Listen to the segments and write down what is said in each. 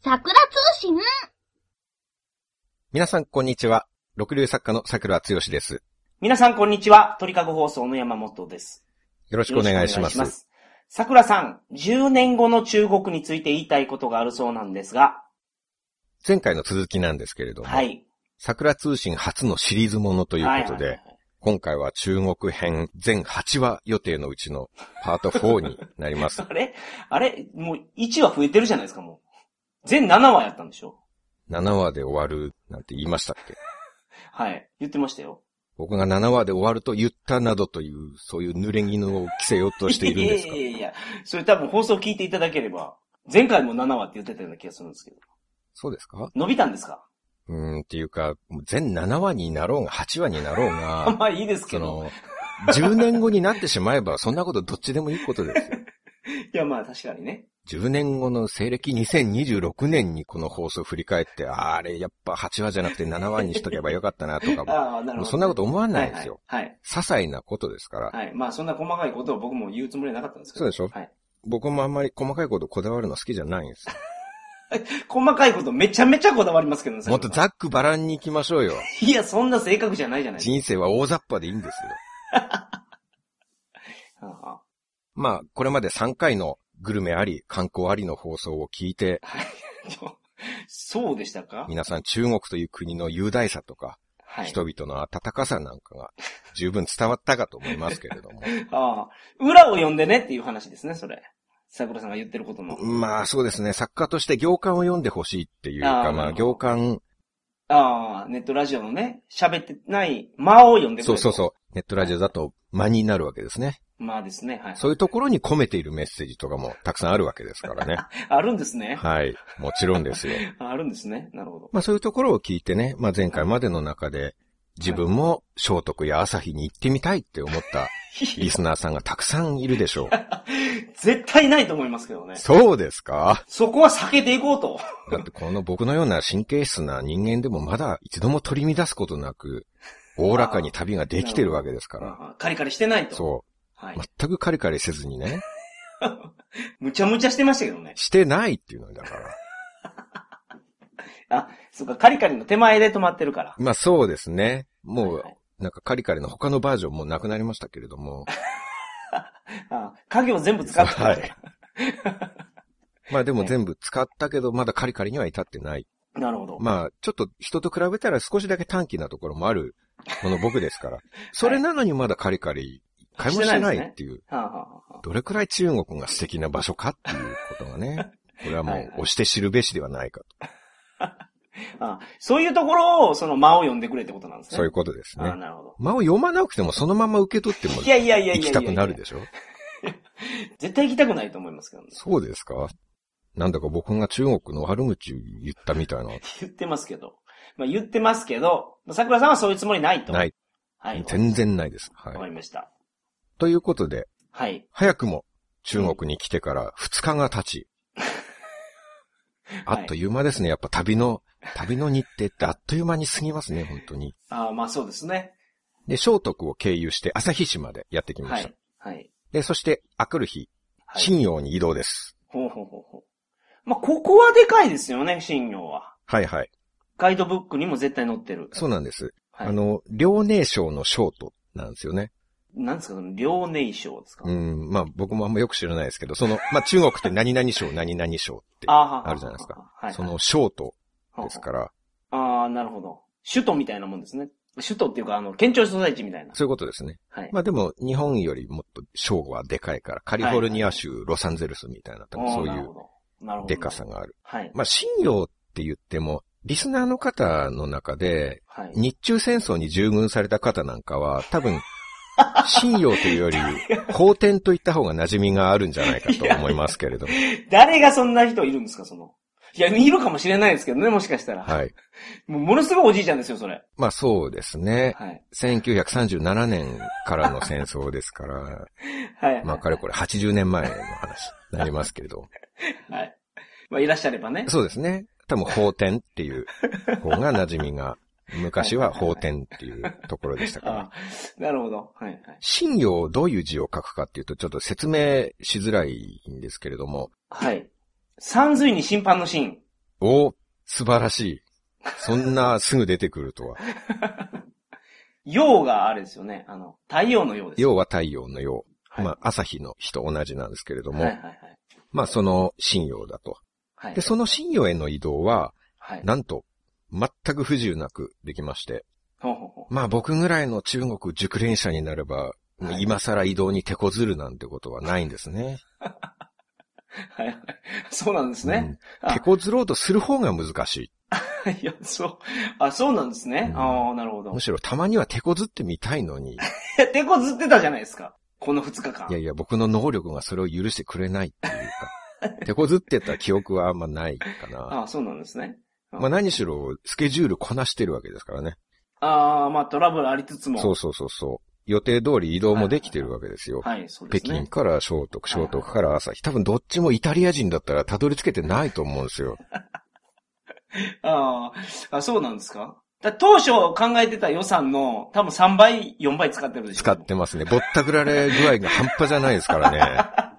桜通信。 皆さんこんにちは。六流作家の桜剛です。 皆さんこんにちは。鳥かご放送の山本です。 よろしくお願いします。 桜さん、10年後の中国について言いたいことがあるそうなんですが。 前回の続きなんですけれども。 はい。 桜通信初のシリーズものということで、今回は中国編全8話予定のうちのパート4になります。 あれもう1話増えてるじゃないですか、もう。全7話やったんでしょ ?7 話で終わるなんて言いましたっけ？ はい。言ってましたよ。 僕が7話で終わると言ったなどという、そういう濡れ衣を着せようとしているんですか？ いや、それ多分放送聞いていただければ、前回も7話って言ってたような気がするんですけど。 そうですか？ 伸びたんですか？ っていうか、全7話になろうが8話になろうが、 まあいいですけど。 10年後になってしまえば、そんなことどっちでもいいことですよ。 いやまあ確かにね。 10年後の西暦2026年にこの放送を振り返って、あれやっぱ8話じゃなくて7話にしとけばよかったなとかも、もうそんなこと思わないですよ。 はい。 些細なことですから。 はい。まあそんな細かいことを僕も言うつもりはなかったんですけど。 そうでしょ？ はい。 僕もあんまり細かいことこだわるの好きじゃないんですよ。 細かいことめちゃめちゃこだわりますけどね。 もっとざっくばらんに行きましょうよ。 いや、そんな性格じゃないじゃないですか。 人生は大雑把でいいんですよ。まあ、これまで3回のグルメあり、観光ありの放送を聞いて、 そうでしたか？ 皆さん中国という国の雄大さとか、はい、人々の温かさなんかが十分伝わったかと思いますけれども。 裏を読んでねっていう話ですね、それ。桜さんが言ってることの。 まあそうですね。作家として行間を読んでほしいっていうか、まあ行間。 ネットラジオのね、喋ってない間を読んでくれる。 そう。ネットラジオだと間になるわけですね。 まあですね。はい。 そういうところに込めているメッセージとかもたくさんあるわけですからね。 あるんですね。 はい。もちろんですよ。 あるんですね。なるほど。 まあそういうところを聞いてね、まあ前回までの中で自分も聖徳や朝日に行ってみたいって思ったリスナーさんがたくさんいるでしょう。 絶対ないと思いますけどね。 そうですか？ そこは避けていこうと。 だってこの僕のような神経質な人間でもまだ一度も取り乱すことなく、おおらかに旅ができてるわけですから。 カリカリしてないと。 そう。はい、全くカリカリせずにね。 むちゃむちゃしてましたけどね。 してないっていうのだから。 そうか、カリカリの手前で止まってるから。 まあそうですね。もう、なんかカリカリの他のバージョンもなくなりましたけれども。 家業全部使ってた。はい。 まあでも全部使ったけど、まだカリカリには至ってない。 なるほど。 まあ、ちょっと人と比べたら少しだけ短気なところもあるこの僕ですから。それなのにまだカリカリ、買いもしてないっていう。どれくらい中国が素敵な場所かっていうことがね。これはもう押して知るべしではないかと。そういうところを、その間を読んでくれってことなんですね。 そういうことですね。 なるほど。 間を読まなくてもそのまま受け取っても行きたくなるでしょ？ 絶対行きたくないと思いますけどね。 そうですか？なんだか僕が中国の悪口言ったみたいな。 言ってますけど。言ってますけど、桜さんはそういうつもりないと。 ない。はい。全然ないです。 はい。わかりました。 ということで、 はい。 早くも中国に来てから2日が経ち、あっという間ですね。やっぱ旅の日程ってあっという間に過ぎますね、本当に。 まあそうですね。 で、聖徳を経由して旭市までやってきました。 はい。はい。 で、そして、あくる日、信陽に移動です。 ほう。まあ、ここはでかいですよね、信陽は。 はいはい。 ガイドブックにも絶対載ってる。 そうなんです。はい、遼寧省の省都なんですよね。 なんですか、その遼寧省ですか？ まあ僕もあんまよく知らないですけど、まあ中国って何々省、何々省ってあるじゃないですか。はい。その省都ですから。 なるほど。首都みたいなもんですね。首都っていうか、県庁所在地みたいな。 そういうことですね。はい。まあでも、日本よりもっと省はでかいから、カリフォルニア州、ロサンゼルスみたいな、そういうでかさがある。はい。まあ、信陽って言っても、リスナーの方の中で、日中戦争に従軍された方なんかは、多分、信陽というより、奉天といった方が馴染みがあるんじゃないかと思いますけれども。 誰がそんな人いるんですか、いや、いるかもしれないですけどね、もしかしたら。はい。ものすごいおじいちゃんですよ、それ。 まあそうですね。はい。1937年からの戦争ですから。はい。まあかれこれ80年前の話になりますけれど。 はい。まあいらっしゃればね。 そうですね。多分、奉天っていう方が馴染みが、昔は奉天っていうところでしたから。 なるほど。はいはい。 信陽どういう字を書くかっていうと、ちょっと説明しづらいんですけれども。 はい。山水に審判の審。 お、素晴らしい。そんなすぐ出てくるとは。 陽があれですよね。太陽の陽です。 陽は太陽の陽。 はい、 まあ、朝日の日と同じなんですけれども。 はいはいはい。 まあ、その神陽だと。 はい。 で、その神陽への移動は、 はい。 なんと、全く不自由なくできまして。 ほうほうほう。 まあ、僕ぐらいの中国熟練者になれば、はい、今更移動に手こずるなんてことはないんですね。 はいはい。そうなんですね。 手こずろうとする方が難しい。いや、そう。そうなんですね。ああ、なるほど。 むしろたまには手こずってみたいのに。いや、手こずってたじゃないですか。この2日間。 いや、僕の能力がそれを許してくれないっていうか。手こずってた記憶はあんまないかな。 そうなんですね。 まあ何しろ、スケジュールこなしてるわけですからね。 まあトラブルありつつも。 そう。予定通り移動もできてるわけですよ。 はい、そうですね。 北京から聖徳、聖徳から朝日。多分どっちもイタリア人だったらたどり着けてないと思うんですよ。 そうなんですか？当初考えてた予算の多分3倍、4倍使ってるでしょ。 使ってますね。ぼったくられ具合が半端じゃないですからね。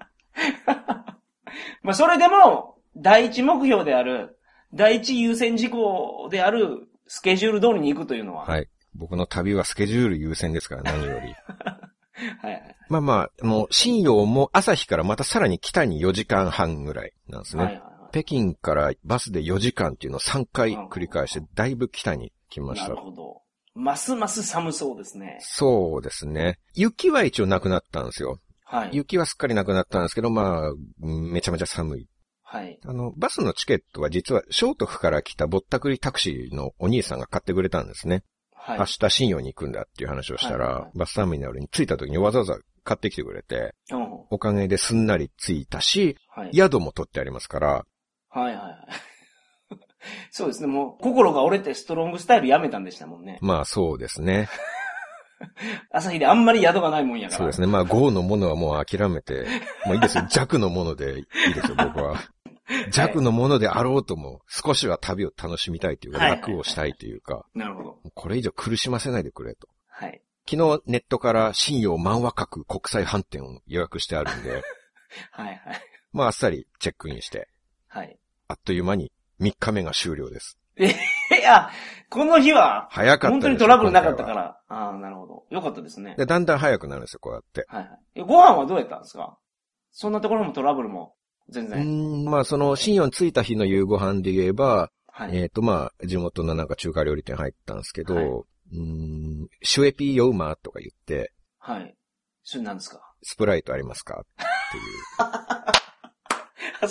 まあそれでも、第一目標である、第一優先事項であるスケジュール通りに行くというのは。 はい。僕の旅はスケジュール優先ですから、何より。 はい。 まあ、もう、新陽も朝日からまたさらに北に4時間半ぐらいなんですね。はいはいはい、北京からバスで4時間っていうのを3回繰り返して、だいぶ北に来ました。 なるほど。ますます寒そうですね。 そうですね。雪は一応なくなったんですよ。はい。雪はすっかりなくなったんですけど、まあ、めちゃめちゃ寒い。はい。バスのチケットは実は、聖徳から来たぼったくりタクシーのお兄さんが買ってくれたんですね。はい。明日新陽に行くんだっていう話をしたら、はいはい、バスターミナルに着いた時にわざわざ買ってきてくれて、おかげですんなり着いたし、はい、宿も取ってありますから。 はいはいはい。そうですね、もう、心が折れてストロングスタイルやめたんでしたもんね。 まあそうですね。 朝日であんまり宿がないもんやから。 そうですね。まあ豪のものはもう諦めて、もういいですよ。弱のものでいいですよ、僕は。弱のものであろうとも、少しは旅を楽しみたいというか、楽をしたいというか。 なるほど。 これ以上苦しませないでくれと。 はい。 昨日ネットから新陽万和閣国際飯店を予約してあるんで。 はいはい。 まああっさりチェックインして。はい。あっという間に3日目が終了です。 この日は、 早かったです。 本当にトラブルなかったから。なるほど。よかったですね。 で、だんだん早くなるんですよ、こうやって。 はいはい。ご飯はどうやったんですか？そんなところもトラブルも、全然。 まあ、その、新陽に着いた日の夕ご飯で言えば、はい、まあ、地元のなんか中華料理店入ったんですけど、はい、シュエピーヨウマーとか言って、 はい。それ何ですか？ スプライトありますかっていう。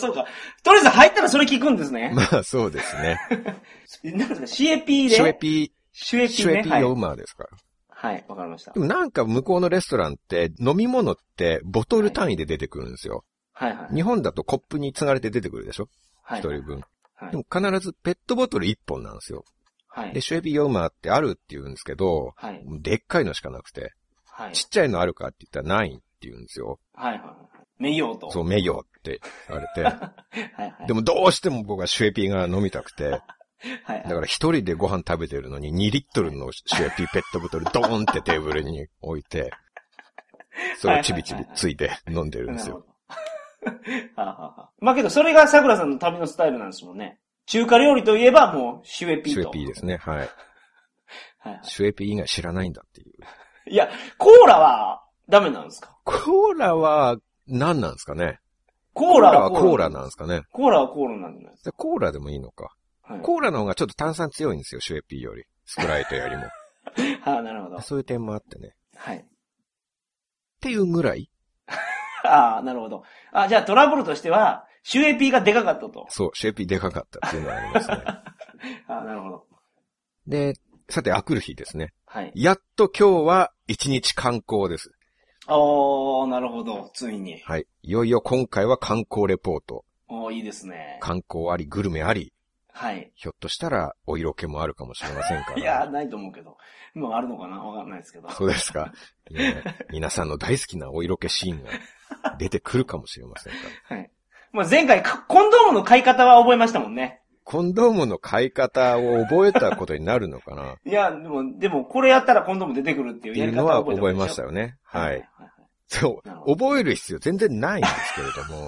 そうか。とりあえず入ったらそれ聞くんですね。 まあ、そうですね。 何ですか？シエピーで？ シュエピーヨウマーですから。 はい、わかりました。 でもなんか向こうのレストランって飲み物ってボトル単位で出てくるんですよ。はいはい。日本だとコップに継がれて出てくるでしょ？はい。一人分。はい。でも必ずペットボトル1本なんですよ。はい。で、シュエピーヨウマーってあるって言うんですけど、はい。でっかいのしかなくて。はい。ちっちゃいのあるかって言ったらないって言うんですよ。 はいはい。名誉と。 そう、名誉って言われて。はいはい。でもどうしても僕はシュエピーが飲みたくて。はい。だから一人でご飯食べてるのに2リットルのシュエピーペットボトルドーンってテーブルに置いて、それをちびちびついて飲んでるんですよ。 まあけどそれが桜さんの旅のスタイルなんですもんね。中華料理といえばもうシュエピーと。 シュエピーですね、はい。はい。シュエピー以外知らないんだっていう。 いや、コーラはダメなんですか？ コーラは何なんですかね？ コーラはコーラなんですかね？ コーラはコーラなんじゃないですか？ コーラでもいいのか。はい、コーラの方がちょっと炭酸強いんですよ、シュエピーより。スプライトよりも。 なるほど。 そういう点もあってね。 はい。 っていうぐらい？ なるほど。じゃあトラブルとしては、シュエピーがでかかったと。 そう、シュエピーでかかったっていうのはありますね。 なるほど。 で、さて、あくる日ですね。はい。やっと今日は一日観光です。 なるほど。ついに。 はい。いよいよ今回は観光レポート。 いいですね。 観光あり、グルメあり。 はい。 ひょっとしたら、お色気もあるかもしれませんから。 いや、ないと思うけど。もうあるのかな？わかんないですけど。 そうですか。皆さんの大好きなお色気シーンが出てくるかもしれませんから。 はい。まあ、前回、コンドームの買い方は覚えましたもんね。 コンドームの買い方を覚えたことになるのかな？ いや、でも、これやったらコンドーム出てくるっていうやり方は覚えましたよね。はい。そう、覚える必要全然ないんですけれども。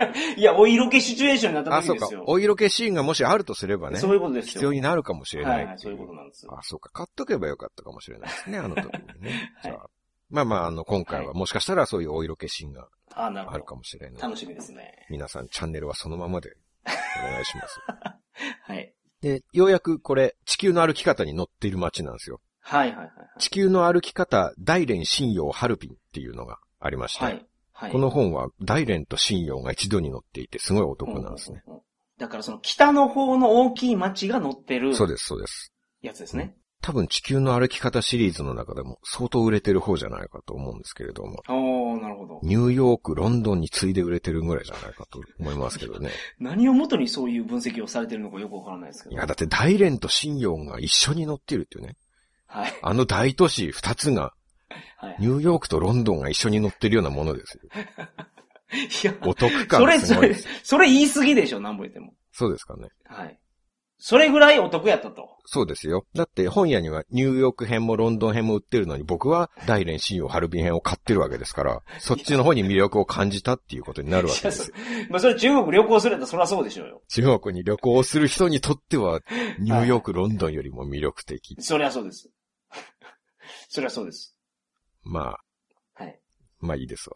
いや、お色気シチュエーションになった時ですよ。 そうか。お色気シーンがもしあるとすればね。 そういうことですよ。 必要になるかもしれない。 はい、そういうことなんです。 そうか。買っとけばよかったかもしれないですね、あの時にね。はい、じゃあまあ、今回はもしかしたらそういうお色気シーンがあるかもしれない。 楽しみですね。 皆さんチャンネルはそのままでお願いします。 はい。 で、ようやくこれ、地球の歩き方に載っている街なんですよ。 はいはいはい。 地球の歩き方、大連信陽ハルピンっていうのがありまして、はいはい、この本は大連と信陽が一度に載っていてすごいお得なんですね。 だからその北の方の大きい街が載ってる。 そうです、そうです。 やつですね。 多分地球の歩き方シリーズの中でも相当売れてる方じゃないかと思うんですけれども。 なるほど。 ニューヨーク、ロンドンに次いで売れてるぐらいじゃないかと思いますけどね。 何をもとにそういう分析をされてるのかよくわからないですけど。 いや、だって大連と信陽が一緒に載ってるっていうね。 はい。 あの大都市二つが、はい、ニューヨークとロンドンが一緒に載ってるようなものですよ。 いや、 お得感がすごいです。 それ言い過ぎでしょ、なんぼ言っても。 そうですかね。 はい。それぐらいお得やったと。 そうですよ。だって本屋にはニューヨーク編もロンドン編も売ってるのに僕は大連信陽ハルビン編を買ってるわけですから、そっちの方に魅力を感じたっていうことになるわけですよ。 まあそれ中国旅行するとそりゃそうでしょうよ。 中国に旅行する人にとってはニューヨーク、ロンドンよりも魅力的。 そりゃそうです。そりゃそうです。 まあ。 はい。 まあいいですわ。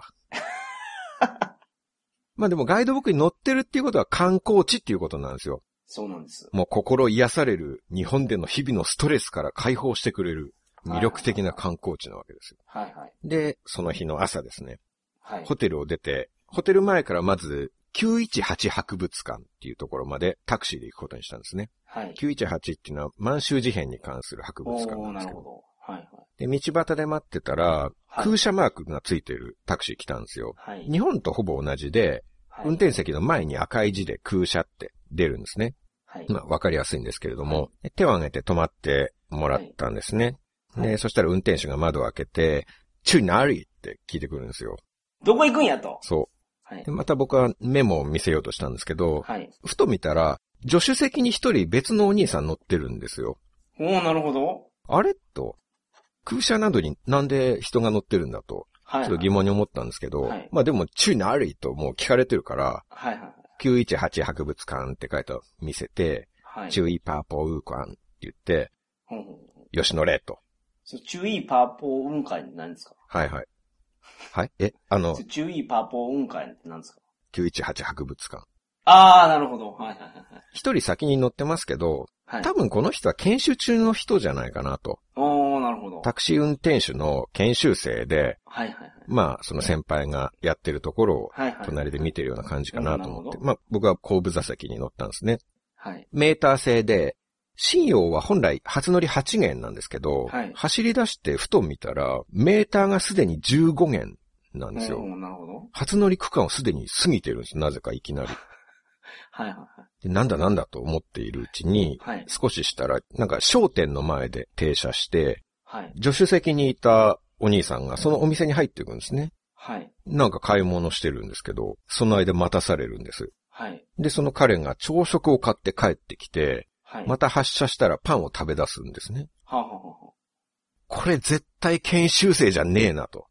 まあでもガイドブックに載ってるっていうことは観光地っていうことなんですよ。 そうなんです。 もう心癒される日本での日々のストレスから解放してくれる魅力的な観光地なわけですよ。 はいはい。 で、その日の朝ですね。 はい。 ホテルを出て、ホテル前からまず918博物館っていうところまでタクシーで行くことにしたんですね。はい。918っていうのは満州事変に関する博物館なんですけど。 なるほど。はいはい。 で、道端で待ってたら、空車マークがついてるタクシー来たんですよ。はい。日本とほぼ同じで、運転席の前に赤い字で空車って出るんですね。はい。まあ、わかりやすいんですけれども、はい、手を挙げて止まってもらったんですね。はい、で、そしたら運転手が窓を開けて、ちゅいなりって聞いてくるんですよ。 どこ行くんやと。 そう。はい。で、また僕はメモを見せようとしたんですけど、はい。ふと見たら、助手席に一人別のお兄さん乗ってるんですよ。 なるほど。 あれと、空車などになんで人が乗ってるんだと。ちょっと疑問に思ったんですけど、はい、まあでも、チュイナーリーともう聞かれてるから、はいはい、918博物館って書いて見せて、はい、チュイパーポーウー館って言って、よし乗れと。 チュイパーポーウー館って何ですか？ はいはい。はい？ チュイパーポーウー館って何ですか？ 918博物館。 なるほど。はいはいはい。 一人先に乗ってますけど、はい、多分この人は研修中の人じゃないかなと。 なるほど。 タクシー運転手の研修生で、 はいはいはい、 まあ、その先輩がやってるところを、隣で見てるような感じかなと思って、まあ、僕は後部座席に乗ったんですね。はい。メーター制で、信陽は本来初乗り8元なんですけど、はい、走り出してふと見たら、メーターがすでに15元なんですよ。 なるほど。 初乗り区間をすでに過ぎてるんです。なぜかいきなり。 はいはいはい。 で、なんだと思っているうちに、はい、少ししたら、なんか商店の前で停車して、はい、助手席にいたお兄さんがそのお店に入っていくんですね。はい。なんか買い物してるんですけど、その間待たされるんです。はい。で、その彼が朝食を買って帰ってきて、はい。また発車したらパンを食べ出すんですね。はあはあはあ、これ絶対研修生じゃねえなと。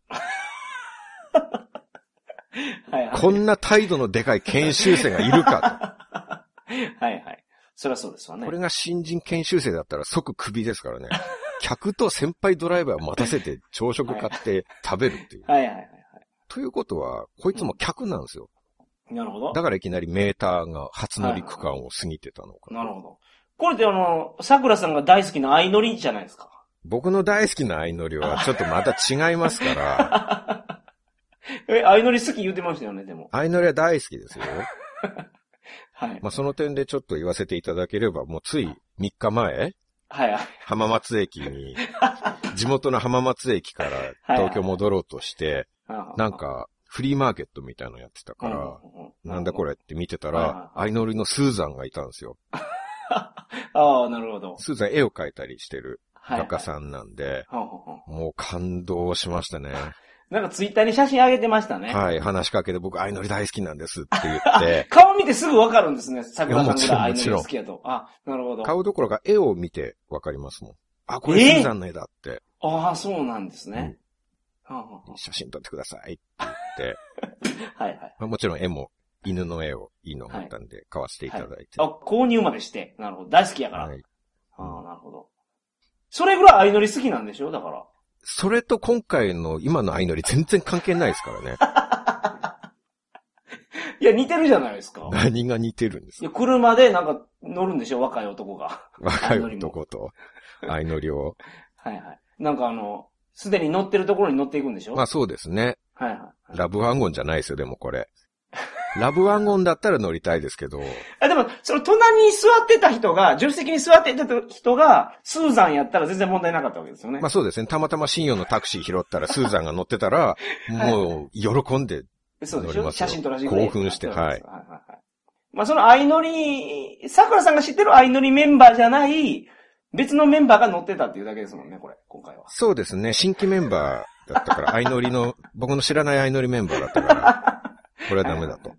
はいはい、こんな態度のでかい研修生がいるかと。はいはい。そりゃそうですわね。 これが新人研修生だったら即クビですからね。客と先輩ドライバーを待たせて朝食買って食べるっていう。 はいはいはいはい。 ということは、こいつも客なんですよ。 なるほど。 だからいきなりメーターが初乗り区間を過ぎてたのか。 なるほど。これって桜さんが大好きな相乗りじゃないですか。 僕の大好きな相乗りはちょっとまた違いますから。 相乗り好き言うてましたよね、でも。 相乗りは大好きですよ。 はい。 まあその点でちょっと言わせていただければ、もうつい3日前、 はい。 浜松駅に、地元の浜松駅から東京戻ろうとして、なんかフリーマーケットみたいなのやってたから、なんだこれって見てたら、相乗りのスーザンがいたんですよ。 なるほど。 スーザン絵を描いたりしてる画家さんなんで、もう感動しましたね。 なんかツイッターに写真上げてましたね。 はい、話しかけて僕相乗り大好きなんですって言って。 顔見てすぐわかるんですね。桜さんぐらい相乗り好きやと。なるほど。 顔どころか絵を見てわかりますもん。これスーザンの絵だって。 そうなんですね。 写真撮ってくださいって言って。 はいはい。 もちろん絵も犬の絵をいいのがあったんで、買わせていただいて。 はい、購入までして。なるほど。大好きやから。はい。ああ、なるほど。それぐらい相乗り好きなんでしょだから。 それと今回の今の相乗り全然関係ないですからね。 いや、似てるじゃないですか。 何が似てるんですか？ いや、車でなんか乗るんでしょ若い男が。 若い男と相乗りを。 はいはい。なんかすでに乗ってるところに乗っていくんでしょ？ まあそうですね。 はいはい。 ラブワゴンじゃないですよ、でもこれ。ラブワゴンだったら乗りたいですけど。 でも、その隣に座ってた人が、助手席に座ってた人が、スーザンやったら全然問題なかったわけですよね。 まあそうですね。たまたま新用のタクシー拾ったらスーザンが乗ってたら、もう喜んで乗りますよ。 そうでしょ？写真撮らせて興奮して、はい。はいはいはい。 まあその相乗り、桜さんが知ってる相乗りメンバーじゃない、別のメンバーが乗ってたっていうだけですもんね、これ、今回は。 そうですね。新規メンバーだったから、相乗りの、僕の知らない相乗りメンバーだったから、これはダメだと。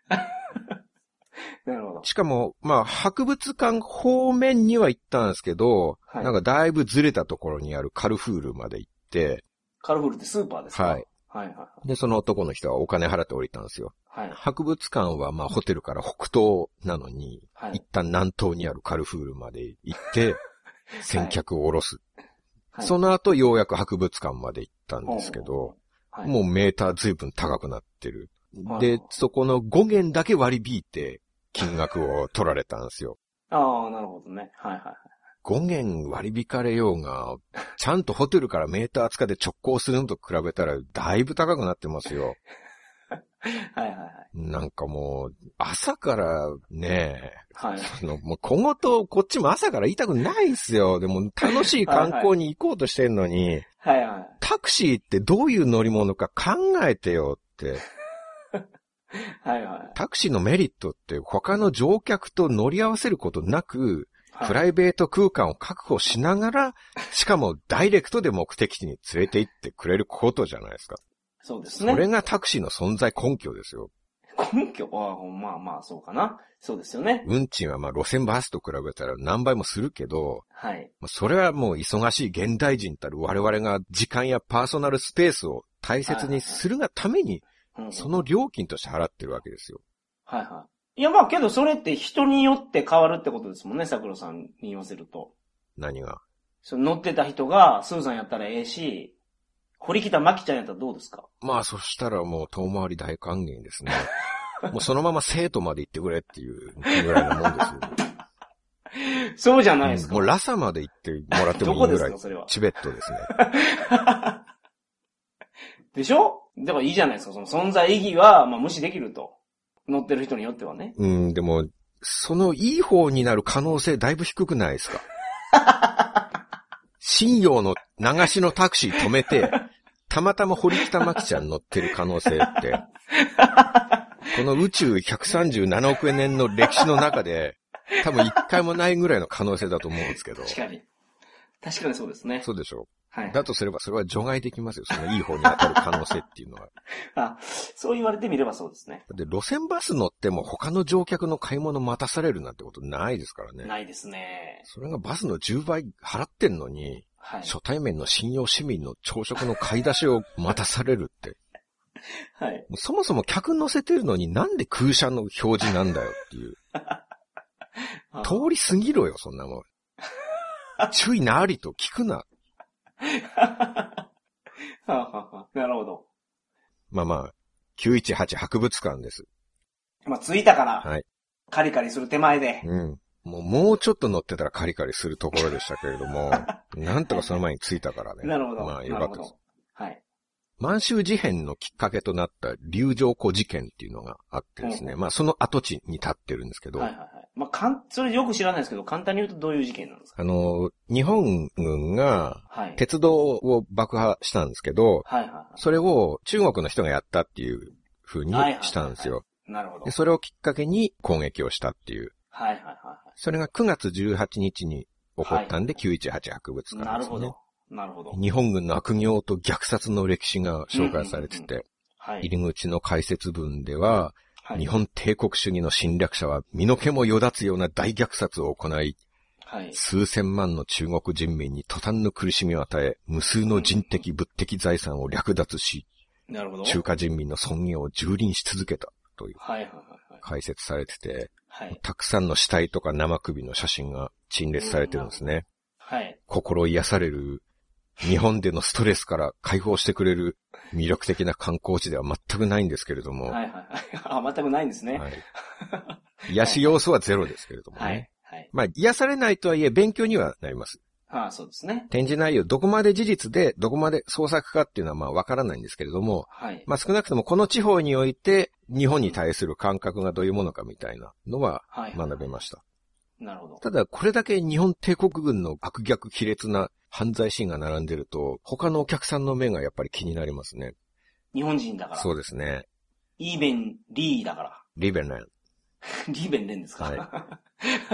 なるほど。 しかも、まあ、博物館方面には行ったんですけど、はい、なんかだいぶずれたところにあるカルフールまで行って、 カルフールってスーパーですか？ はい。はいはい。で、その男の人はお金払って降りたんですよ。はい。博物館はまあホテルから北東なのに、はい、一旦南東にあるカルフールまで行って、先客を降ろす。はい、その後ようやく博物館まで行ったんですけど、はい、もうメーター随分高くなってる。はい、で、そこの5元だけ割り引いて金額を取られたんですよ。 ああ、なるほどね。はいはいはい。 5元割り引かれようが、ちゃんとホテルからメーター使って直行するのと比べたらだいぶ高くなってますよ。 はいはいはい。 なんかもう、朝からね、 はい。 もう小言、こっちも朝から言いたくないっすよ。でも楽しい観光に行こうとしてんのに、 はいはい。 タクシーってどういう乗り物か考えてよって。 はいはい。 タクシーのメリットって他の乗客と乗り合わせることなく、プライベート空間を確保しながら、しかもダイレクトで目的地に連れて行ってくれることじゃないですか。 そうですね。 それがタクシーの存在根拠ですよ。 根拠は、まあまあ、そうかな。そうですよね。 運賃はまあ路線バスと比べたら何倍もするけど、 はい。 それはもう忙しい現代人たる我々が時間やパーソナルスペースを大切にするがために、その料金として払ってるわけですよ。 はいはい。いやまあけどそれって人によって変わるってことですもんね、桜さんに言わせると。 何が？ 乗ってた人がスーザンやったらええし、堀北真希ちゃんやったらどうですか？ まあそしたらもう遠回り大歓迎ですね。もうそのまま生徒まで行ってくれっていうぐらいのもんですよ。 そうじゃないですか。 もうラサまで行ってもらってもいいぐらい。どこですかそれは。チベットですね。 でしょ？だからいいじゃないですか。その存在意義は、まあ無視できると。乗ってる人によってはね。 でも、そのいい方になる可能性だいぶ低くないですか？新陽の流しのタクシー止めて、たまたま堀北真希ちゃん乗ってる可能性って、この宇宙137億年の歴史の中で、多分一回もないぐらいの可能性だと思うんですけど。 確かに。確かにそうですね。 そうでしょ。 はい。 だとすればそれは除外できますよ。そのいい方に当たる可能性っていうのは。 あ、そう言われてみればそうですね。 で、路線バス乗っても他の乗客の買い物待たされるなんてことないですからね。 ないですね。 それがバスの10倍払ってんのに、はい、初対面の信用市民の朝食の買い出しを待たされるって。 はい。 そもそも客乗せてるのになんで空車の表示なんだよっていう。通り過ぎろよ、そんなもん。注意なりと聞くな。 なるほど。 まあまあ、918博物館です。 まあ、着いたから。 はい。 カリカリする手前で。 もうちょっと乗ってたらカリカリするところでしたけれども、なんとかその前に着いたからね。 なるほど。 まあ、よかったです。 はい。 満州事変のきっかけとなった龍城湖事件っていうのがあってですね。まあ、その跡地に立ってるんですけど。 はいはいはい。まあ、それよく知らないですけど、簡単に言うとどういう事件なんですか？ 日本軍が、鉄道を爆破したんですけど、それを中国の人がやったっていう風にしたんですよ。 なるほど。 で、それをきっかけに攻撃をしたっていう。それが9月18日に起こったんで、918博物館ですね。 なるほど。なるほど。 日本軍の悪行と虐殺の歴史が紹介されてて、入り口の解説文では、日本帝国主義の侵略者は身の毛もよだつような大虐殺を行い、数千万の中国人民に途端の苦しみを与え、無数の人的物的財産を略奪し、中華人民の尊厳を蹂躙し続けた。 という、 はいはいはいはい。 解説されてて、 はい。 たくさんの死体とか生首の写真が陳列されてるんですね。 はい。 心癒される、日本でのストレスから解放してくれる魅力的な観光地では全くないんですけれども。 はいはいはい。あ、全くないんですね。 はい。癒し要素はゼロですけれどもね。 はいはい。 まあ、癒されないとはいえ勉強にはなります。 ああ、そうですね。 展示内容、どこまで事実で、どこまで創作かっていうのはまあわからないんですけれども、 はい。 まあ少なくともこの地方において、日本に対する感覚がどういうものかみたいなのは学べました。 なるほど。 ただ、これだけ日本帝国軍の悪逆卑劣な犯罪シーンが並んでると、他のお客さんの目がやっぱり気になりますね。 日本人だから。 そうですね。 イーベン・リーだから。 リベレン。 リーベン・レンですか？ はい。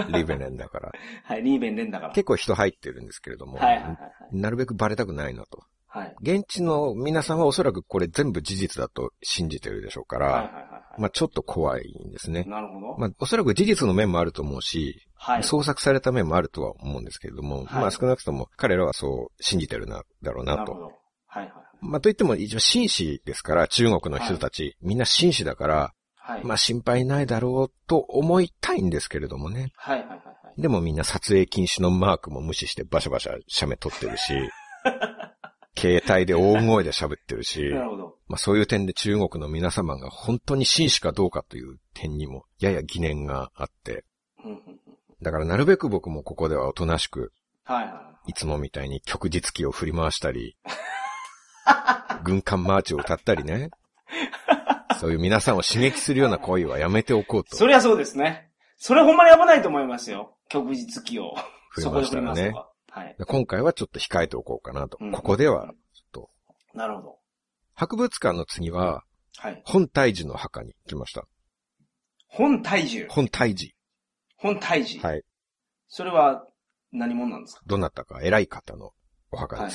リベレンだから。 はい、リーベン・レンだから。 結構人入ってるんですけれども、 はいはいはい、 なるべくバレたくないなと。 はい。 現地の皆さんはおそらくこれ全部事実だと信じてるでしょうから、 はいはいはいはい、 まあちょっと怖いんですね。 なるほど。 まあおそらく事実の面もあると思うし、 はい、 創作された面もあるとは思うんですけれども、はい、まあ少なくとも彼らはそう信じてるだろうなと。なるほど。はいはい。まあといっても一応紳士ですから、中国の人たち、はい、みんな紳士だから、はい、まあ心配ないだろうと思いたいんですけれどもね。はいはいはい、はい。でもみんな撮影禁止のマークも無視してバシャバシャ写メ撮ってるし、携帯で大声で喋ってるし、なるほど。まあそういう点で中国の皆様が本当に紳士かどうかという点にもやや疑念があって、だからなるべく僕もここではおとなしく、はいはい、いつもみたいに旭日旗を振り回したり、軍艦マーチを歌ったりね、そういう皆さんを刺激するような行為はやめておこうと。 そりゃそうですね。それほんまに危ないと思いますよ。旭日旗を。 振り回したらね。はい、今回はちょっと控えておこうかなと。ここでは、ちょっと。 なるほど。 博物館の次は、はい、本泰寺の墓に行きました。 本泰寺？ 本泰寺。 本泰寺。 はい。 それは何者なんですか？ どなたか偉い方のお墓です。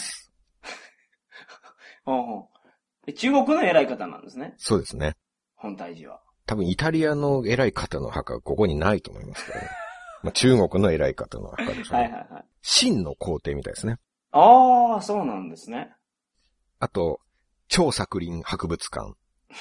はい、中国の偉い方なんですね。 そうですね。 本泰寺は。 多分イタリアの偉い方の墓はここにないと思いますからね。まあ、中国の偉い方の墓ですね。はいはいはい。秦の皇帝みたいですね。 ああ、そうなんですね。 あと、張作霖博物館。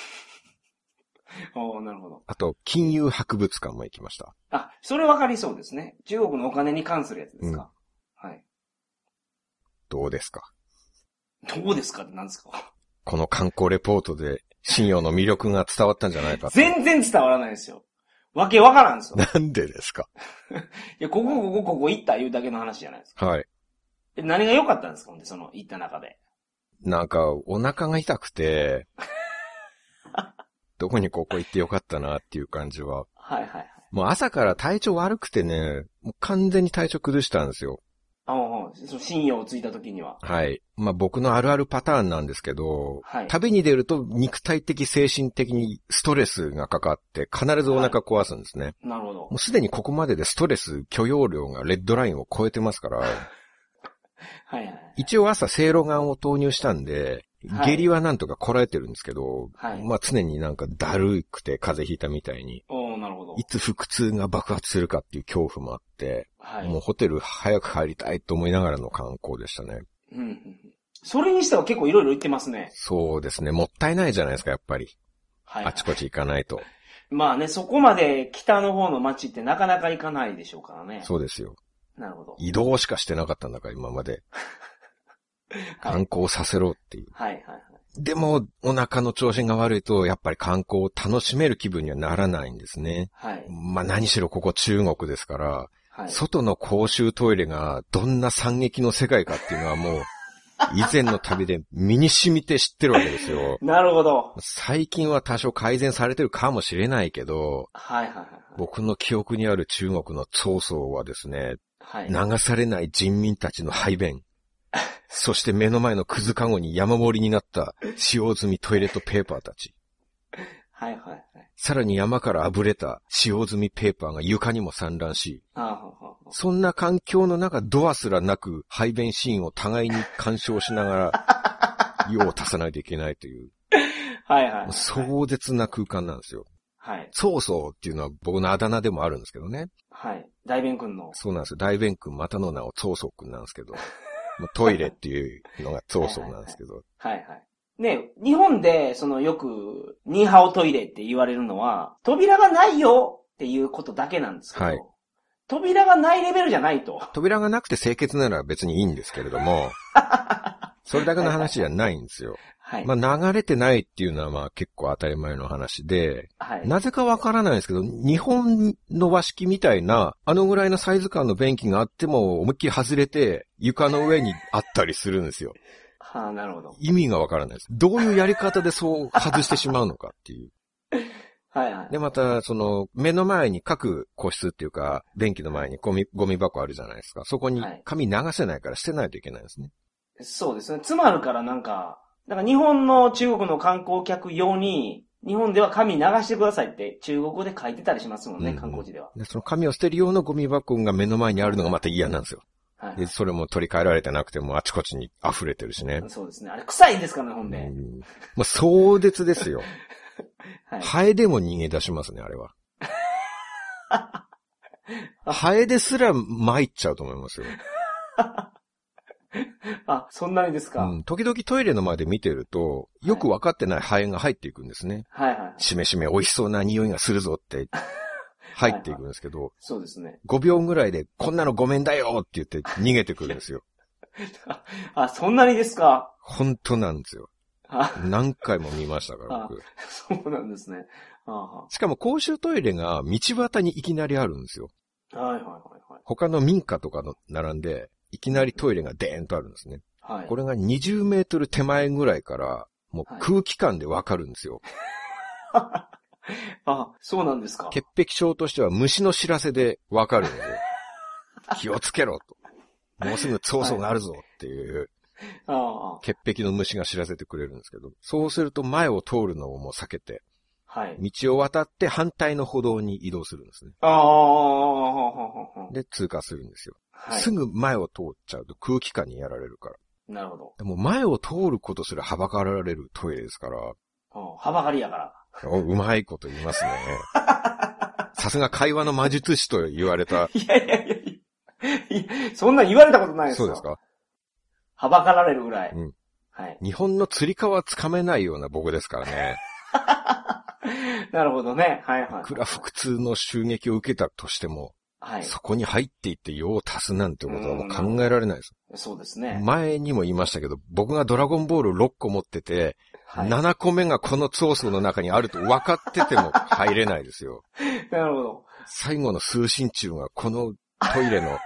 おー、なるほど。 あと、金融博物館も行きました。 あ、それわかりそうですね。中国のお金に関するやつですか。はい。 どうですか？ どうですかって何ですか？ この観光レポートで、秦陽の魅力が伝わったんじゃないかと。 全然伝わらないですよ。わけわからんですよ。 なんでですか？ いや、ここ行った言うだけの話じゃないですか。 はい。 何が良かったんですか？その、行った中で。 なんか、お腹が痛くて、どこにここ行ってよかったなっていう感じは。 はいはいはい。 もう朝から体調悪くてね、もう完全に体調崩したんですよ。 その信用をついた時には。 はい。まあ僕のあるあるパターンなんですけど、はい、旅に出ると肉体的精神的にストレスがかかって必ずお腹壊すんですね。はい、なるほど。もうすでにここまででストレス許容量がレッドラインを超えてますから、はいはい、一応朝セイロガンを投入したんで、下痢はなんとかこらえてるんですけど、はい、まあ常になんかだるくて風邪ひいたみたいに、なるほど。いつ腹痛が爆発するかっていう恐怖もあって、はい、もうホテル早く帰りたいと思いながらの観光でしたね。 うん。それにしては結構いろいろ行ってますね。 そうですね。もったいないじゃないですか、やっぱり。はい、あちこち行かないと。 まあね、そこまで北の方の街ってなかなか行かないでしょうからね。 そうですよ。 なるほど。 移動しかしてなかったんだから、今まで。観光させろっていう。はいはいはい。でも、お腹の調子が悪いと、やっぱり観光を楽しめる気分にはならないんですね。はい。まあ何しろここ中国ですから、はい、外の公衆トイレがどんな惨劇の世界かっていうのはもう、以前の旅で身に染みて知ってるわけですよ。 なるほど。 最近は多少改善されてるかもしれないけど、はいはいはい。僕の記憶にある中国の曹操はですね、はい、流されない人民たちの排便。そして目の前のくずかごに山盛りになった使用済みトイレットペーパーたち。はいはいはい。さらに山からあぶれた使用済みペーパーが床にも散乱し、そんな環境の中ドアすらなく排便シーンを互いに干渉しながら用を足さないといけないという。はいはい。壮絶な空間なんですよ。はい。曹操っていうのは僕のあだ名でもあるんですけどね。 はい。大弁君の。 そうなんですよ。大弁君またの名を曹操君なんですけど。トイレっていうのが曹操なんですけど。はいはい。 ね、日本で、よく、ニーハオトイレって言われるのは、扉がないよっていうことだけなんですけど、はい、扉がないレベルじゃないと。 扉がなくて清潔なら別にいいんですけれども、それだけの話じゃないんですよ。はい。まあ流れてないっていうのはまあ結構当たり前の話で、はい。なぜかわからないんですけど、日本の和式みたいな、あのぐらいのサイズ感の便器があっても思いっきり外れて床の上にあったりするんですよ。 はあ、なるほど。 意味がわからないです。どういうやり方でそう外してしまうのかっていう。 はいはい。 で、また、目の前に各個室っていうか、便器の前にゴミ箱あるじゃないですか。そこに紙流せないから捨てないといけないんですね。 はい、そうですね。詰まるからなんか日本の中国の観光客用に、日本では紙流してくださいって中国語で書いてたりしますもんね、観光地では。 で、その紙を捨てる用のゴミ箱が目の前にあるのがまた嫌なんですよ。はい、で、それも取り替えられてなくてもあちこちに溢れてるしね。 そうですね。あれ臭いんですからね、ほんで。 まあ、壮絶ですよ。はい、ハエでも逃げ出しますね、あれは。ハエですら参っちゃうと思いますよ。 あ、そんなにですか。 時々トイレの前で見てると、よく分かってないハエが入っていくんですね。 はいはい。 しめしめ美味しそうな匂いがするぞって入っていくんですけど、はいはい、 そうですね。 5秒ぐらいでこんなのごめんだよって言って逃げてくるんですよ。 あ、そんなにですか。 本当なんですよ。何回も見ましたから僕。 そうなんですね。 しかも公衆トイレが道端にいきなりあるんですよ。 はいはいはいはい。 他の民家とかの並んで、いきなりトイレがデーンとあるんですね。はい。これが20メートル手前ぐらいから、もう空気感でわかるんですよ。 はい、あ、そうなんですか。 潔癖症としては虫の知らせでわかるんで、気をつけろと。もうすぐ曹操があるぞっていう、はい、潔癖の虫が知らせてくれるんですけど、そうすると前を通るのをもう避けて、はい、道を渡って反対の歩道に移動するんですね。で、通過するんですよ。はい、すぐ前を通っちゃうと空気感にやられるから。 なるほど。 でも前を通ることすらはばかられるトイレですから。 はばかりやから。 うまいこと言いますね。さすが会話の魔術師と言われた。 いや、そんな言われたことないですよ。 そうですか。 はばかられるぐらい。うん。 はい。日本の釣り革はつかめないような僕ですからね。 なるほどね。はいはい。 いくら腹痛の襲撃を受けたとしても、はい、そこに入っていって用を足すなんてことはもう考えられないです。 そうですね。 前にも言いましたけど、僕がドラゴンボール6個持ってて、はい、7個目がこの曹操の中にあると分かってても入れないですよ。 なるほど。 最後の通信中がこのトイレの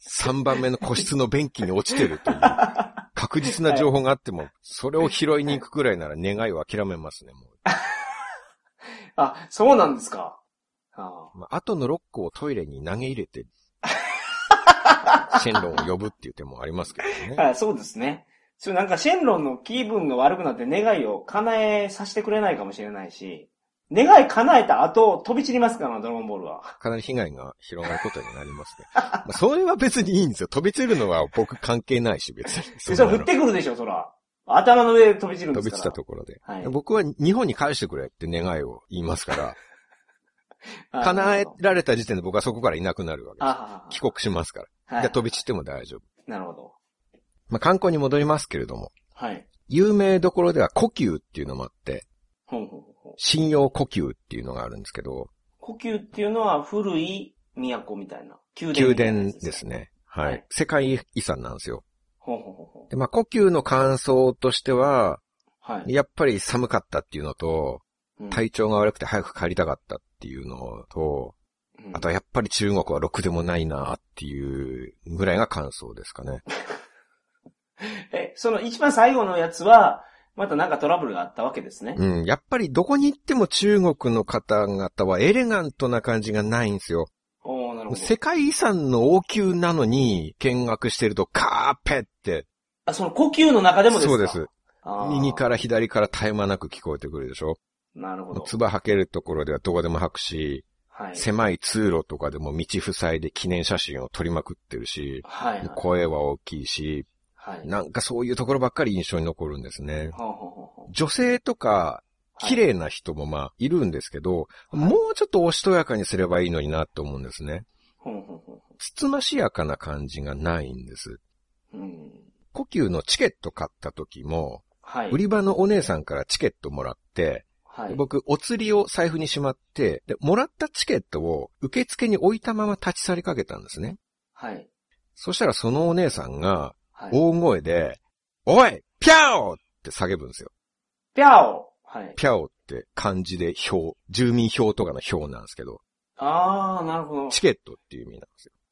3番目の個室の便器に落ちてるという確実な情報があっても、それを拾いに行くくらいなら願いを諦めますね、もう。 あ、そうなんですか。 あとの6個をトイレに投げ入れて、シェンロンを呼ぶっていう手もありますけどね。 そうですね。なんかシェンロンの気分が悪くなって願いを叶えさせてくれないかもしれないし、願い叶えた後飛び散りますから、ドラゴンボールは。 かなり被害が広がることになりますね。それは別にいいんですよ。飛び散るのは僕関係ないし、別に。 それ降ってくるでしょ、そら。頭の上で飛び散るんですから。 飛び散ったところで。はい、僕は日本に返してくれって願いを言いますから。叶えられた時点で僕はそこからいなくなるわけです。帰国しますから。じゃあ飛び散っても大丈夫。 なるほど。 まあ、観光に戻りますけれども。 はい。 有名どころでは故宮っていうのもあって、信用故宮っていうのがあるんですけど。 故宮っていうのは古い都みたいな。 宮殿ですね。はい。世界遺産なんですよ。で、まあ、故宮の感想としては、はい。やっぱり寒かったっていうのと、体調が悪くて早く帰りたかったっていうのと、あとはやっぱり中国はろくでもないなっていうぐらいが感想ですかね。 その一番最後のやつは、またなんかトラブルがあったわけですね。 うん。やっぱりどこに行っても中国の方々はエレガントな感じがないんですよ。 なるほど。 世界遺産の王宮なのに見学してるとカーペって。 その故宮の中でもですか？ そうです。右から左から絶え間なく聞こえてくるでしょ。 なるほど。 唾吐けるところではどこでも吐くし、はい、狭い通路とかでも道塞いで記念写真を撮りまくってるし、はいはい、声は大きいし、はい、なんかそういうところばっかり印象に残るんですね。女性とか、綺麗な人もまあいるんですけど、はい、もうちょっとおしとやかにすればいいのになと思うんですね。つつましやかな感じがないんです。故宮のチケット買った時も、 はい。 売り場のお姉さんからチケットもらって、はい、僕、お釣りを財布にしまって、で、もらったチケットを受付に置いたまま立ち去りかけたんですね。 はい。 そしたらそのお姉さんが、大声で、はい、おいピャオって叫ぶんですよ。 ピャオはい。 ピャオって漢字で票、住民票とかの票なんですけど。 あー、なるほど。 チケットっていう意味なんですよ。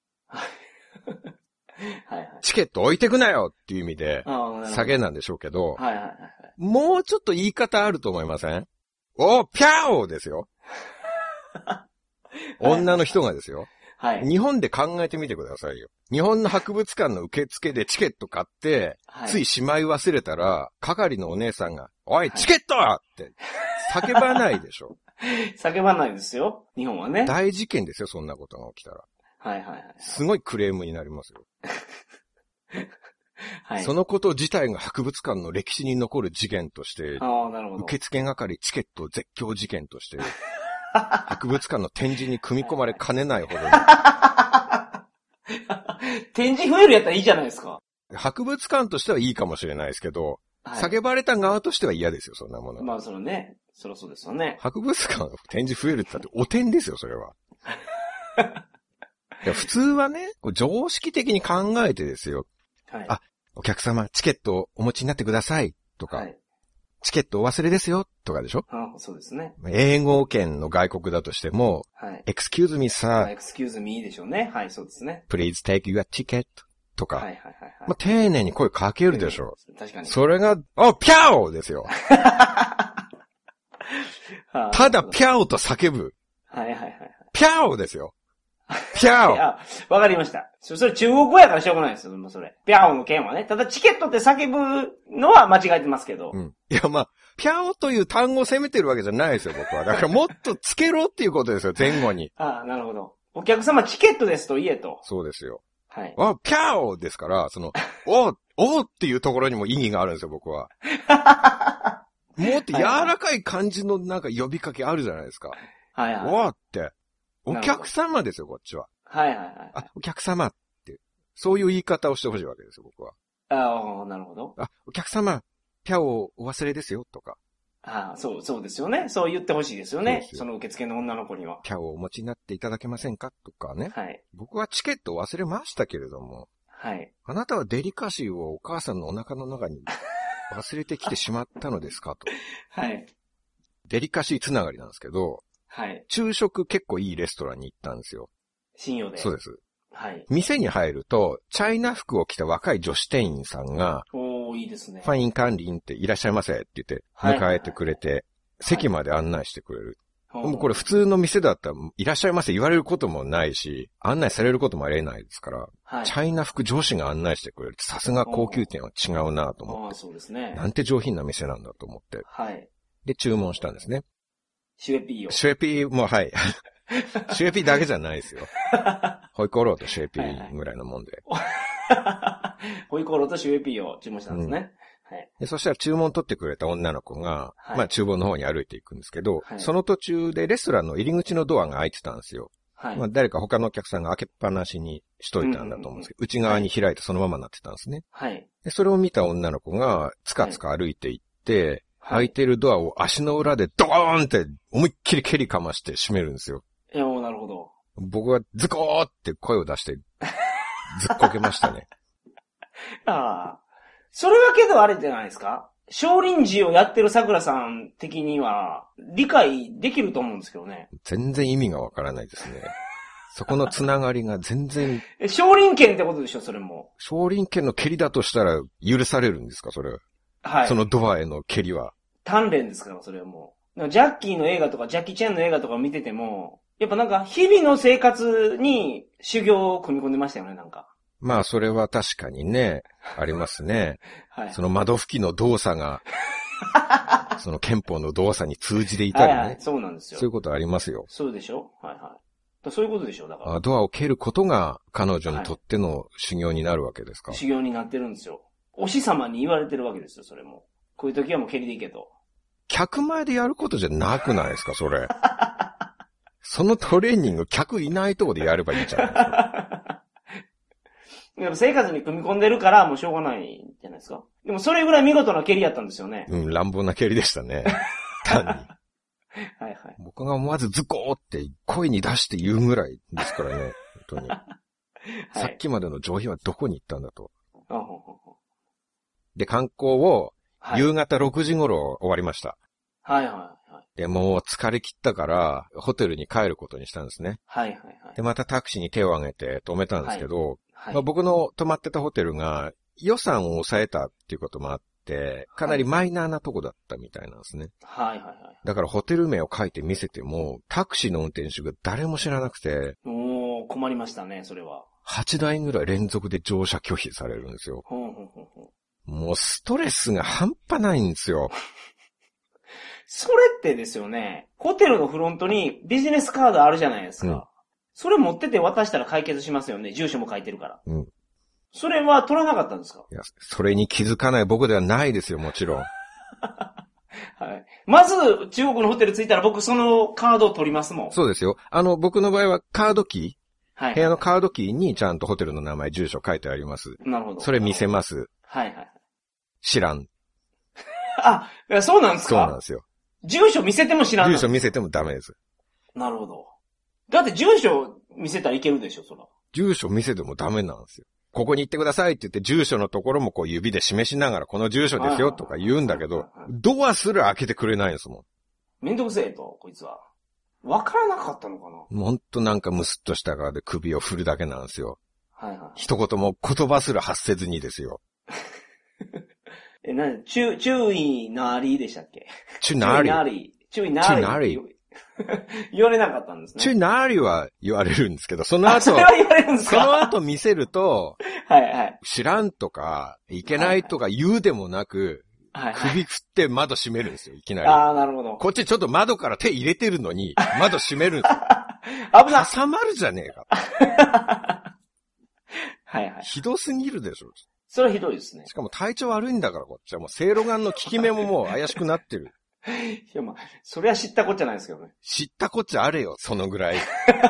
はいはい。 チケット置いてくなよっていう意味で、叫んだんでしょうけど、 はいはいはい。 もうちょっと言い方あると思いません？お、ピャオですよ。女の人がですよ。 はい。 日本で考えてみてくださいよ。日本の博物館の受付でチケット買って、はい、ついしまい忘れたら、係のお姉さんが、おい、チケットって叫ばないでしょ。 叫ばないですよ。日本はね。 大事件ですよ、そんなことが起きたら。 はいはいはい。 すごいクレームになりますよ。 はい。 そのこと自体が博物館の歴史に残る事件として、 なるほど。 受付係チケット絶叫事件として、博物館の展示に組み込まれかねないほどに。 展示増えるやったらいいじゃないですか。 博物館としてはいいかもしれないですけど、叫ばれた側としては嫌ですよ、そんなもの。 まあ、そのね、そりゃそうですよね。 博物館展示増えるって言ったってお点ですよ、それは。いや普通はね、常識的に考えてですよ。 はい。 あ、お客様、チケットをお持ちになってください、とか。はい。チケットお忘れですよ、とかでしょ？ そうですね。 英語圏の外国だとしても、 はい。 excuse me, sir.excuse me でしょうね。はい、そうですね。 please take your ticket. とか。 はいはいはい、はい。 まあ、丁寧に声かけるでしょう。 確かに。 それが、ピャオですよ。ただ、ピャオと叫ぶ。 はいはいはい。 ピャオですよ。ピャオ。 わかりました。それ中国語やからしょうがないですよ、それ。ピャオの件はね。ただチケットって叫ぶのは間違えてますけど。 うん。いや、まあ、ピャオという単語を責めてるわけじゃないですよ、僕は。だからもっとつけろっていうことですよ、前後に。 なるほど。お客様チケットですと言えと。 そうですよ。 はい。 ピャオですから、おっていうところにも意義があるんですよ、僕は。もっと柔らかい感じのなんか呼びかけあるじゃないですか。 はいはい。 って。お客様ですよ、こっちは。 はいはいはい。 お客様って。そういう言い方をしてほしいわけですよ、僕は。 なるほど。 お客様、ピャオお忘れですよ、とか。 そうですよね。そう言ってほしいですよね。その受付の女の子には。 ピャオをお持ちになっていただけませんかとかね。 はい。 僕はチケットを忘れましたけれども。 はい。 あなたはデリカシーをお母さんのお腹の中に忘れてきてしまったのですかと。 はい。 デリカシーつながりなんですけど。 はい。 昼食結構いいレストランに行ったんですよ。 信用で。 そうです。 はい。 店に入ると、チャイナ服を着た若い女子店員さんが、 いいですね。 ファイン管理員っていらっしゃいませって言って、迎えてくれて、席まで案内してくれる。もうこれ普通の店だったら、いらっしゃいませ言われることもないし、案内されることもありえないですから、はい、チャイナ服女子が案内してくれるって、さすが高級店は違うなと思って。 そうですね。 なんて上品な店なんだと思って。 はい。 で、注文したんですね。 シュエピーを。 シュエピーも、はい。シュエピーだけじゃないですよ。ホイコーローとシュエピーぐらいのもんで。 ホイコーローとシュエピーを注文したんですね。はい。 で、そしたら注文取ってくれた女の子が、まあ厨房の方に歩いていくんですけど、その途中でレストランの入り口のドアが開いてたんですよ。はい。まあ誰か他のお客さんが開けっぱなしにしといたんだと思うんですけど、内側に開いてそのままになってたんですね。 はい。 で、それを見た女の子が、つかつか歩いていって、開いてるドアを足の裏でドーンって思いっきり蹴りかまして閉めるんですよ。 なるほど。 僕はズコーって声を出して、ずっこけましたね。 それはけどあれじゃないですか？少林寺をやってる桜さん的には理解できると思うんですけどね。 全然意味がわからないですね。そこのつながりが全然。 少林拳ってことでしょ、それも。 少林拳の蹴りだとしたら許されるんですか、それは。はい。そのドアへの蹴りは。 鍛錬ですから、それはもう。ジャッキーの映画とか、ジャッキーチェンの映画とか見てても、やっぱなんか、日々の生活に修行を組み込んでましたよね、なんか。 まあ、それは確かにね、ありますね。はい。その窓拭きの動作が、その憲法の動作に通じていたりね。はい、 そうなんですよ。 そういうことありますよ。 そうでしょ？はいはい。そういうことでしょ、だから。 ドアを蹴ることが彼女にとっての修行になるわけですか？ 修行になってるんですよ。お師様に言われてるわけですよ、それも。こういう時はもう蹴りでいけと。 客前でやることじゃなくないですか、それ。そのトレーニング客いないとこでやればいいじゃないですか。 やっぱ生活に組み込んでるからもうしょうがないんじゃないですか。でもそれぐらい見事な蹴りやったんですよね。 乱暴な蹴りでしたね。単に。 はいはい。 僕が思わずズコーって声に出して言うぐらいですからね。本当に。はい、さっきまでの上品はどこに行ったんだと。で、観光を夕方6時頃終わりました。はいはいはい。で、もう疲れ切ったから、ホテルに帰ることにしたんですね。はいはいはい。で、またタクシーに手を挙げて止めたんですけど、はいはい、僕の泊まってたホテルが予算を抑えたっていうこともあって、かなりマイナーなとこだったみたいなんですね。はいはいはい。だからホテル名を書いて見せても、タクシーの運転手が誰も知らなくて。 困りましたね、それは。 8台ぐらい連続で乗車拒否されるんですよ。もうストレスが半端ないんですよ。 それってですよね、ホテルのフロントにビジネスカードあるじゃないですか。うん、それ持ってて渡したら解決しますよね。住所も書いてるから。うん。それは取らなかったんですか？ いや、それに気づかない僕ではないですよ、もちろん。 はい。まず、中国のホテル着いたら僕そのカードを取りますもん。 そうですよ。僕の場合はカードキー、はい、部屋のカードキーにちゃんとホテルの名前、住所書いてあります。なるほど。それ見せます。はいはい。知らん。 あ、そうなんですか？ そうなんですよ。 住所見せても知らん。 住所見せてもダメです。 なるほど。だって住所見せたらいけるでしょ、そら。 住所見せてもダメなんですよ。ここに行ってくださいって言って住所のところもこう指で示しながらこの住所ですよとか言うんだけど、ドアすら開けてくれないんですもん。 めんどくせえと、こいつは。わからなかったのかな？ ほんとなんかムスッとした側で首を振るだけなんですよ。はいはい。一言も言葉すら発せずにですよ。 注意なりでしたっけ？ 注意なり。 言われなかったんですね。 注意なりは言われるんですけど、その後、 それは言われるんですか？ その後見せると、はいはい。知らんとか、いけないとか言うでもなく、はいはい、首振って窓閉めるんですよ、いきなり。 ああ、なるほど。 こっちちょっと窓から手入れてるのに、窓閉めるんですよ。危ない。挟まるじゃねえか。はいはい。ひどすぎるでしょ。 それはひどいですね。 しかも体調悪いんだからこっちはもう、セイロガンの効き目ももう怪しくなってる。 いやまあ、それは知ったこっちゃないですけどね。 知ったこっちゃあれよ、そのぐらい。い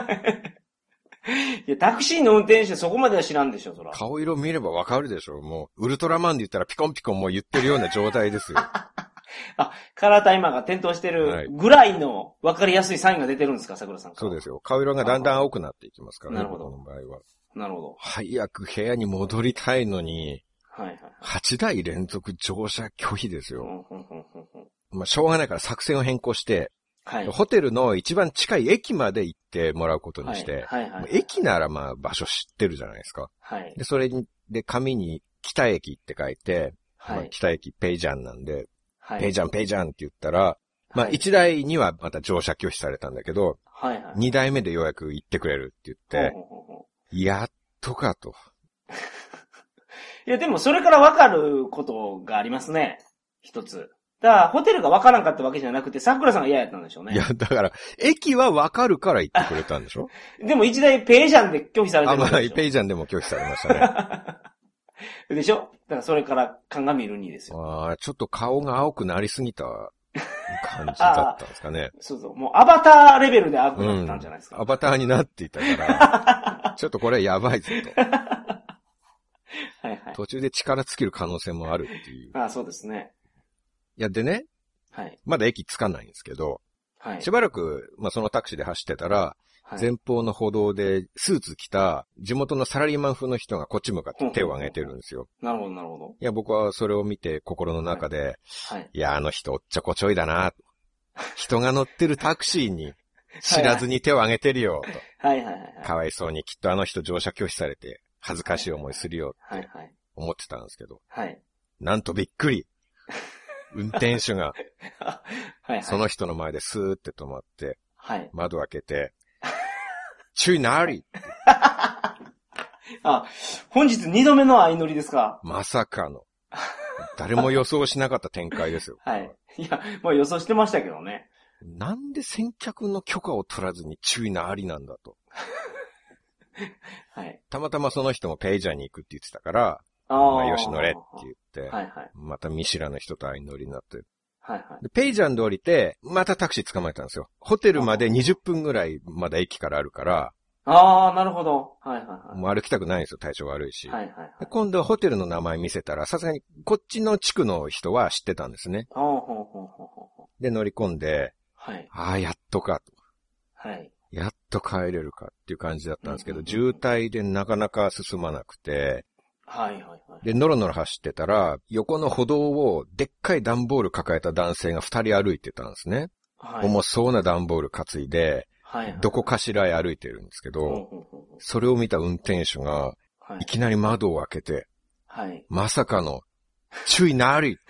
や、タクシーの運転手そこまでは知らんでしょ、そら。 顔色見ればわかるでしょ。もう、ウルトラマンで言ったらピコンピコンもう言ってるような状態ですよ。 あ、カラータイマーが点灯してるぐらいの分かりやすいサインが出てるんですか、桜さん。 そうですよ。顔色がだんだん青くなっていきますからね。 なるほど。 この場合は。 なるほど。 早く部屋に戻りたいのに、はいはいはい、8台連続乗車拒否ですよ。まあ、しょうがないから作戦を変更して、はい、ホテルの一番近い駅まで行ってもらうことにして、はいはいはいはい、駅ならまあ場所知ってるじゃないですか。はい、でそれで紙に北駅って書いて、はいまあ、北駅ペイジャンなんで、はい、ペイジャンペイジャンって言ったら、まあ1台にはまた乗車拒否されたんだけど、はいはい、2台目でようやく行ってくれるって言って、やっとかと。 いやでもそれから分かることがありますね。一つ。だから、ホテルが分からんかったわけじゃなくて、桜さんが嫌やったんでしょうね。 いや、だから、駅は分かるから言ってくれたんでしょでも一台ペイジャンで拒否されてるんでしょ。 まあ、ペイジャンでも拒否されましたね。でしょだからそれから鑑みるにですよ。 ああ、ちょっと顔が青くなりすぎた感じだったんですかね。 そうそう。もうアバターレベルで青くなったんじゃないですか。 アバターになっていたから、ちょっとこれやばいぞと。はいはい、途中で力尽きる可能性もあるっていう。 ああ、そうですね。 いや、でね。はい。まだ駅着かないんですけど。はい。しばらく、まあ、そのタクシーで走ってたら、はい、前方の歩道でスーツ着た地元のサラリーマン風の人がこっち向かって手を挙げてるんですよ。 なるほど、なるほど。 いや、僕はそれを見て心の中で、はい。いや、あの人おっちょこちょいだな。人が乗ってるタクシーに知らずに手を挙げてるよ、と。はいはいはい。かわいそうにきっとあの人乗車拒否されて恥ずかしい思いするよって思ってたんですけど。はい。なんとびっくり。運転手が、はいはい、その人の前でスーって止まって、はい、窓開けて、注意なりあ、本日2度目の相乗りですか？ まさかの。誰も予想しなかった展開ですよ。 はい。いや、まあ予想してましたけどね。 なんで先客の許可を取らずに注意なりなんだと。はい。たまたまその人もペイジャーに行くって言ってたから、まあ、よし乗れって言って、はいはい、また見知らぬ人と相乗りになって、はいはい、でペイジャンで降りて、またタクシー捕まえたんですよ。ホテルまで20分ぐらいまだ駅からあるから、 ああ、なるほど。はいはいはい。 もう歩きたくないんですよ、体調悪いし。 はいはいはい。 今度はホテルの名前見せたら、さすがにこっちの地区の人は知ってたんですね。 ほうほうほうほうほう。 で、乗り込んで、 はい。 ああ、やっとかと。 はい。 やっと帰れるかっていう感じだったんですけど、渋滞でなかなか進まなくて、 はいはいはい。 で、ノロノロ走ってたら、横の歩道をでっかい段ボール抱えた男性が2人歩いてたんですね。はい、重そうな段ボール担いで、はいはい、どこかしらへ歩いてるんですけど、それを見た運転手が、いきなり窓を開けて、はい、まさかの、注意なり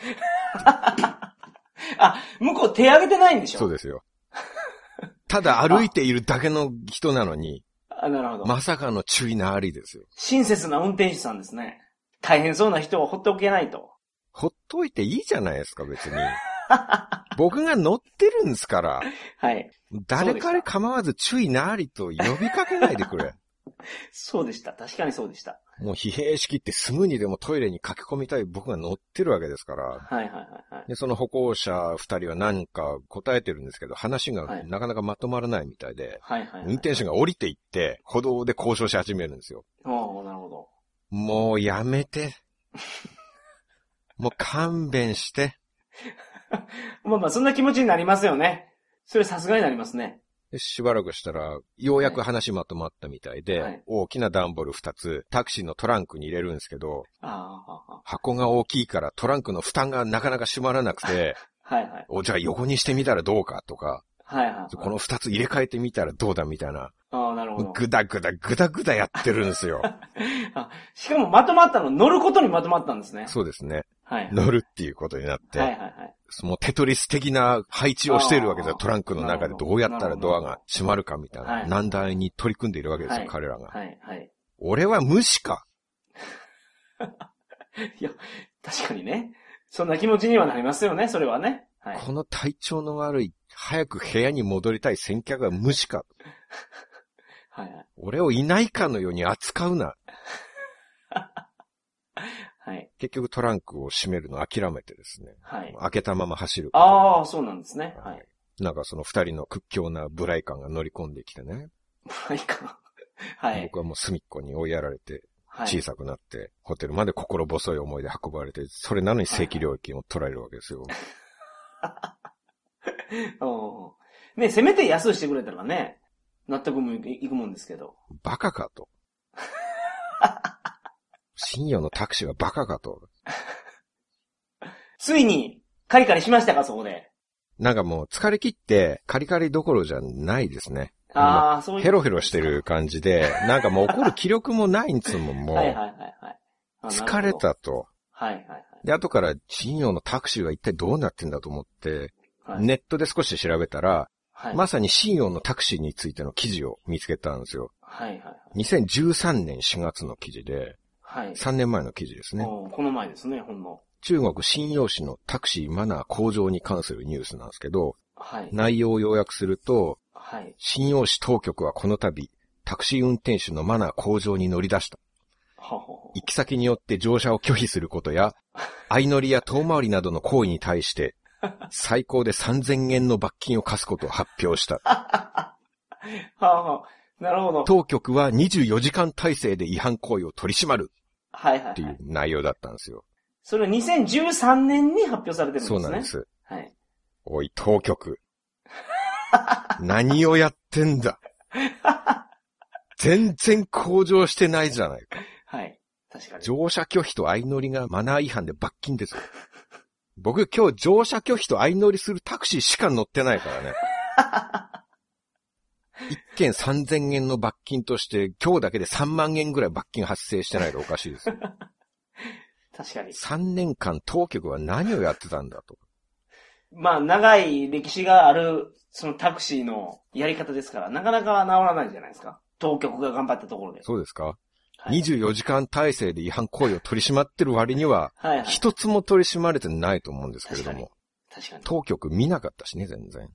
あ、向こう手挙げてないんでしょ？ そうですよ。ただ歩いているだけの人なのに、 なるほど。 まさかの注意なりですよ。 親切な運転手さんですね。大変そうな人はほっておけないと。 ほっといていいじゃないですか、別に。僕が乗ってるんですから。はい。誰彼構わず注意なりと呼びかけないでくれ。 そうでした。確かにそうでした。 もう疲弊しきってすぐにでもトイレに駆け込みたい僕が乗ってるわけですから。はいはいはいはい。で、その歩行者二人は何か答えてるんですけど、話がなかなかまとまらないみたいで、はいはいはいはい、運転手が降りていって歩道で交渉し始めるんですよ。 おー、なるほど。 もうやめて。もう勘弁して。 まあまあ、そんな気持ちになりますよね。それさすがになりますね。 でしばらくしたら、ようやく話まとまったみたいで、はい、大きな段ボール2つ、タクシーのトランクに入れるんですけど、箱が大きいからトランクの負担がなかなか閉まらなくて、はいはい、じゃあ横にしてみたらどうかとか、はいはいはい、この2つ入れ替えてみたらどうだみたいな。なるほど。ぐだぐだやってるんですよ。 しかもまとまったの乗ることにまとまったんですね。 そうですね。はい、乗るっていうことになって、はいはいはい、もうテトリス的な配置をしているわけですよ。トランクの中でどうやったらドアが閉まるかみたいな難題に取り組んでいるわけですよ、はい、彼らが、はいはい。俺は無視か。 いや、確かにね。そんな気持ちにはなりますよね、それはね。 はい、この体調の悪い、早く部屋に戻りたい先客は無視か。はいはい、俺をいないかのように扱うな。はい、結局トランクを閉めるのを諦めてですね。はい、開けたまま走る。 ああ、そうなんですね。はい。 なんかその二人の屈強なブライカンが乗り込んできてね。 ブライカンはい。 僕はもう隅っこに追いやられて、小さくなって、はい、ホテルまで心細い思いで運ばれて、それなのに正規料金を取られるわけですよ。 おね、せめて安くしてくれたらね、納得もいくもんですけど。 バカかと。深夜のタクシーはバカかと。 ついに、カリカリしましたか、そこで。 なんかもう疲れ切って、カリカリどころじゃないですね。 ああ、そういう。 ヘロヘロしてる感じで、なんかもう怒る気力もないんつもん、もう。はいはいはいはい。疲れたと。はいはいはい。で、後から深夜のタクシーは一体どうなってんだと思って、はい、ネットで少し調べたら、はい、まさに深夜のタクシーについての記事を見つけたんですよ。はいはいはい。2013年4月の記事で、はい、3年前の記事ですね。 この前ですね、ほんの。 中国瀋陽市のタクシーマナー向上に関するニュースなんですけど、はい、内容を要約すると、はい、瀋陽市当局はこの度、タクシー運転手のマナー向上に乗り出した。行き先によって乗車を拒否することや、相乗りや遠回りなどの行為に対して、最高で3000円の罰金を課すことを発表した。 はあはあ、なるほど。 当局は24時間体制で違反行為を取り締まる。はいはい、はい。っていう内容だったんですよ。 それは2013年に発表されてるんですね。 そうなんです。はい。おい、当局。何をやってんだ。全然向上してないじゃないか。はい。確かに。乗車拒否と相乗りがマナー違反で罰金ですよ。僕今日乗車拒否と相乗りするタクシーしか乗ってないからね。一件3000円の罰金として今日だけで3万円ぐらい罰金発生してないとおかしいですよ。 確かに。 3年間当局は何をやってたんだと。 まあ長い歴史があるそのタクシーのやり方ですから、なかなか治らないじゃないですか。当局が頑張ったところで。 そうですか、はい、24時間体制で違反行為を取り締まってる割には、はいはい、一つも取り締まれてないと思うんですけれども。確かに。当局見なかったしね、全然。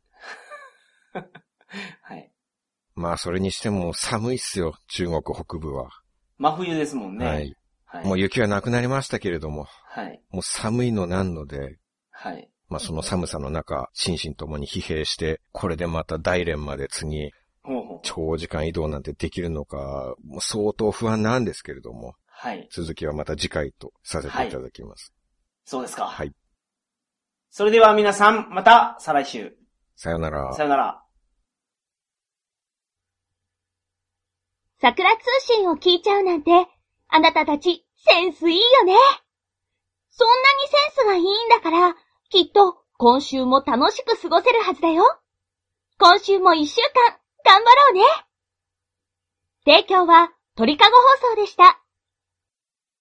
はい。まあ、それにしても寒いっすよ、中国北部は。 真冬ですもんね。 はい。はい、もう雪はなくなりましたけれども。はい。もう寒いのなんので。はい。まあ、その寒さの中、心身ともに疲弊して、これでまた大連まで次、 長時間移動なんてできるのか、もう相当不安なんですけれども。 はい。 続きはまた次回とさせていただきます。 そうですか。 はい。 それでは皆さん、また再来週。 さよなら。 さよなら。 桜通信を聞いちゃうなんて、あなたたちセンスいいよね。そんなにセンスがいいんだから、きっと今週も楽しく過ごせるはずだよ。今週も1週間頑張ろうね。提供は鳥かご放送でした。